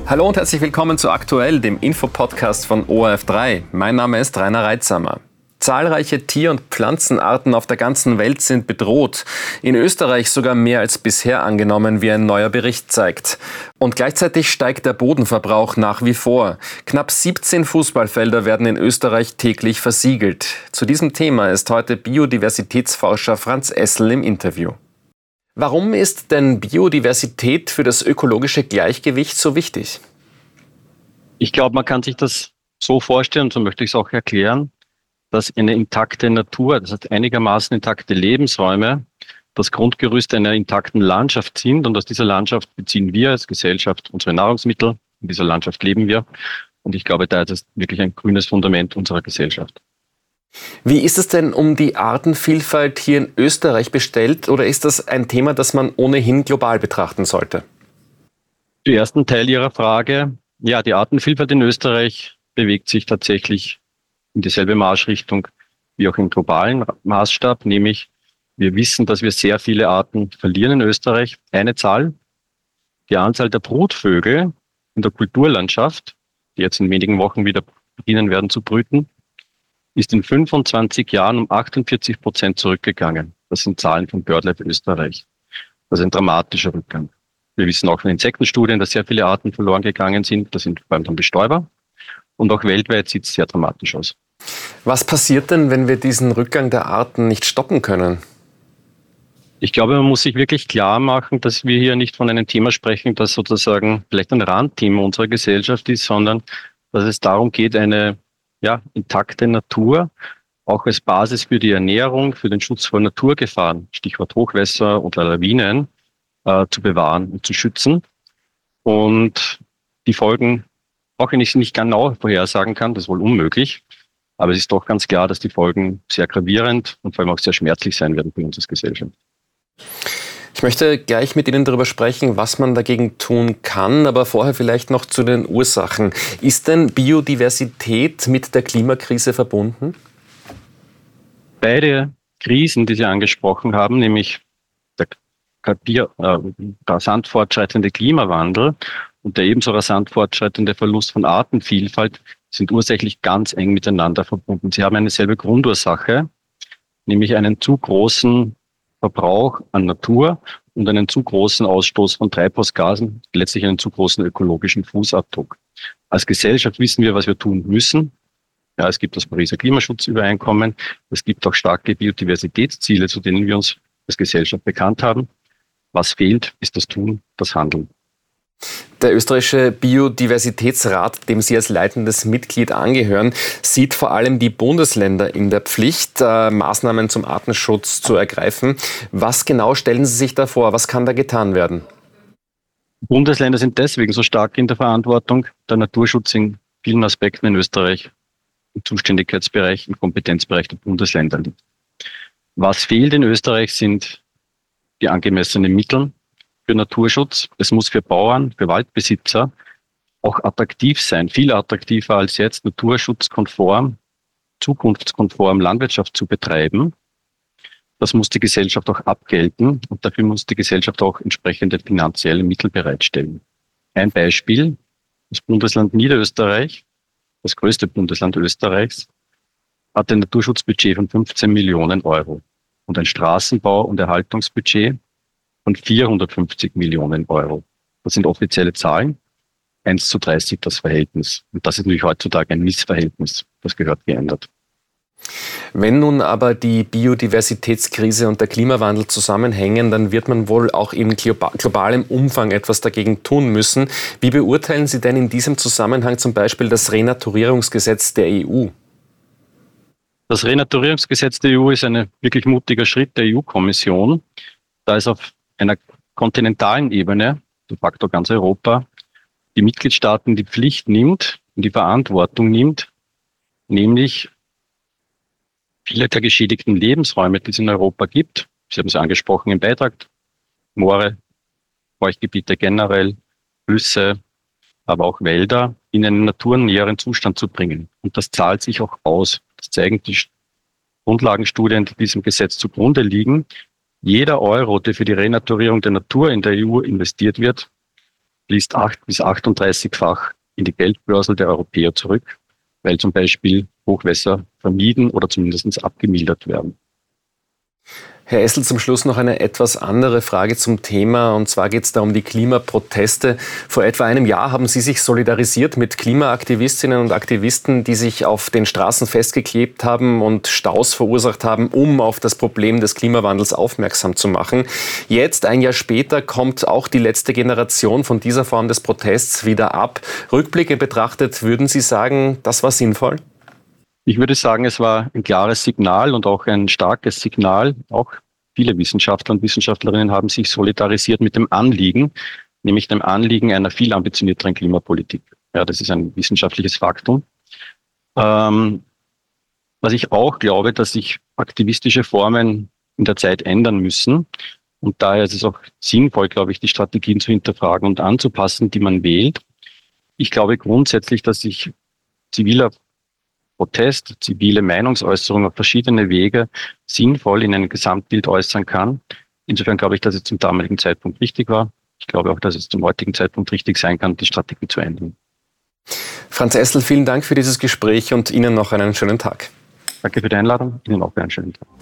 Hallo und herzlich willkommen zu Aktuell, dem Infopodcast von ORF3. Mein Name ist Rainer Reitsamer. Zahlreiche Tier- und Pflanzenarten auf der ganzen Welt sind bedroht. In Österreich sogar mehr als bisher angenommen, wie ein neuer Bericht zeigt. Und gleichzeitig steigt der Bodenverbrauch nach wie vor. Knapp 17 Fußballfelder werden in Österreich täglich versiegelt. Zu diesem Thema ist heute Biodiversitätsforscher Franz Essl im Interview. Warum ist denn Biodiversität für das ökologische Gleichgewicht so wichtig? Ich glaube, man kann sich das so vorstellen, und so möchte ich es auch erklären, dass eine intakte Natur, das heißt einigermaßen intakte Lebensräume, das Grundgerüst einer intakten Landschaft sind. Und aus dieser Landschaft beziehen wir als Gesellschaft unsere Nahrungsmittel. In dieser Landschaft leben wir. Und ich glaube, da ist es wirklich ein grünes Fundament unserer Gesellschaft. Wie ist es denn um die Artenvielfalt hier in Österreich bestellt oder ist das ein Thema, das man ohnehin global betrachten sollte? Zum ersten Teil Ihrer Frage. Ja, die Artenvielfalt in Österreich bewegt sich tatsächlich in dieselbe Marschrichtung wie auch im globalen Maßstab, nämlich wir wissen, dass wir sehr viele Arten verlieren in Österreich. Eine Zahl, die Anzahl der Brutvögel in der Kulturlandschaft, die jetzt in wenigen Wochen wieder beginnen werden zu brüten, ist in 25 Jahren um 48% zurückgegangen. Das sind Zahlen von BirdLife Österreich. Das ist ein dramatischer Rückgang. Wir wissen auch von Insektenstudien, dass sehr viele Arten verloren gegangen sind. Das sind vor allem dann Bestäuber. Und auch weltweit sieht es sehr dramatisch aus. Was passiert denn, wenn wir diesen Rückgang der Arten nicht stoppen können? Ich glaube, man muss sich wirklich klar machen, dass wir hier nicht von einem Thema sprechen, das sozusagen vielleicht ein Randthema unserer Gesellschaft ist, sondern dass es darum geht, eine intakte Natur auch als Basis für die Ernährung, für den Schutz vor Naturgefahren, Stichwort Hochwässer oder Lawinen, zu bewahren und zu schützen. Und die Folgen, auch wenn ich sie nicht genau vorhersagen kann, das ist wohl unmöglich, aber es ist doch ganz klar, dass die Folgen sehr gravierend und vor allem auch sehr schmerzlich sein werden für uns als Gesellschaft. Ich möchte gleich mit Ihnen darüber sprechen, was man dagegen tun kann, aber vorher vielleicht noch zu den Ursachen. Ist denn Biodiversität mit der Klimakrise verbunden? Beide Krisen, die Sie angesprochen haben, nämlich der rasant fortschreitende Klimawandel und der ebenso rasant fortschreitende Verlust von Artenvielfalt, sind ursächlich ganz eng miteinander verbunden. Sie haben eine selbe Grundursache, nämlich einen zu großen Verbrauch an Natur und einen zu großen Ausstoß von Treibhausgasen, letztlich einen zu großen ökologischen Fußabdruck. Als Gesellschaft wissen wir, was wir tun müssen. Ja, es gibt das Pariser Klimaschutzübereinkommen. Es gibt auch starke Biodiversitätsziele, zu denen wir uns als Gesellschaft bekannt haben. Was fehlt, ist das Tun, das Handeln. Der österreichische Biodiversitätsrat, dem Sie als leitendes Mitglied angehören, sieht vor allem die Bundesländer in der Pflicht, Maßnahmen zum Artenschutz zu ergreifen. Was genau stellen Sie sich da vor? Was kann da getan werden? Bundesländer sind deswegen so stark in der Verantwortung, der Naturschutz in vielen Aspekten in Österreich im Zuständigkeitsbereich, im Kompetenzbereich der Bundesländer liegt. Was fehlt in Österreich sind die angemessenen Mittel für Naturschutz. Es muss für Bauern, für Waldbesitzer auch attraktiv sein, viel attraktiver als jetzt, naturschutzkonform, zukunftskonform Landwirtschaft zu betreiben. Das muss die Gesellschaft auch abgelten und dafür muss die Gesellschaft auch entsprechende finanzielle Mittel bereitstellen. Ein Beispiel, das Bundesland Niederösterreich, das größte Bundesland Österreichs, hat ein Naturschutzbudget von 15 Millionen Euro und ein Straßenbau- und Erhaltungsbudget von 450 Millionen Euro. Das sind offizielle Zahlen. 1:30 das Verhältnis. Und das ist natürlich heutzutage ein Missverhältnis. Das gehört geändert. Wenn nun aber die Biodiversitätskrise und der Klimawandel zusammenhängen, dann wird man wohl auch in globalem Umfang etwas dagegen tun müssen. Wie beurteilen Sie denn in diesem Zusammenhang zum Beispiel das Renaturierungsgesetz der EU? Das Renaturierungsgesetz der EU ist ein wirklich mutiger Schritt der EU-Kommission. Da ist auf einer kontinentalen Ebene, de facto ganz Europa, die Mitgliedstaaten die Pflicht nimmt und die Verantwortung nimmt, nämlich viele der geschädigten Lebensräume, die es in Europa gibt, Sie haben es angesprochen im Beitrag, Moore, Feuchtgebiete generell, Flüsse, aber auch Wälder, in einen naturnäheren Zustand zu bringen. Und das zahlt sich auch aus. Das zeigen die Grundlagenstudien, die diesem Gesetz zugrunde liegen. Jeder Euro, der für die Renaturierung der Natur in der EU investiert wird, fließt 8 bis 38-fach in die Geldbörsel der Europäer zurück, weil zum Beispiel Hochwässer vermieden oder zumindest abgemildert werden. Herr Essl, zum Schluss noch eine etwas andere Frage zum Thema. Und zwar geht es da um die Klimaproteste. Vor etwa einem Jahr haben Sie sich solidarisiert mit Klimaaktivistinnen und Aktivisten, die sich auf den Straßen festgeklebt haben und Staus verursacht haben, um auf das Problem des Klimawandels aufmerksam zu machen. Jetzt, ein Jahr später, kommt auch die letzte Generation von dieser Form des Protests wieder ab. Rückblickend betrachtet, würden Sie sagen, das war sinnvoll? Ich würde sagen, es war ein klares Signal und auch ein starkes Signal. Auch viele Wissenschaftler und Wissenschaftlerinnen haben sich solidarisiert mit dem Anliegen, nämlich dem Anliegen einer viel ambitionierteren Klimapolitik. Ja, das ist ein wissenschaftliches Faktum. Was ich auch glaube, dass sich aktivistische Formen in der Zeit ändern müssen. Und daher ist es auch sinnvoll, glaube ich, die Strategien zu hinterfragen und anzupassen, die man wählt. Ich glaube grundsätzlich, dass sich ziviler Protest, zivile Meinungsäußerung auf verschiedene Wege sinnvoll in ein Gesamtbild äußern kann. Insofern glaube ich, dass es zum damaligen Zeitpunkt richtig war. Ich glaube auch, dass es zum heutigen Zeitpunkt richtig sein kann, die Strategie zu ändern. Franz Essl, vielen Dank für dieses Gespräch und Ihnen noch einen schönen Tag. Danke für die Einladung. Ihnen auch einen schönen Tag.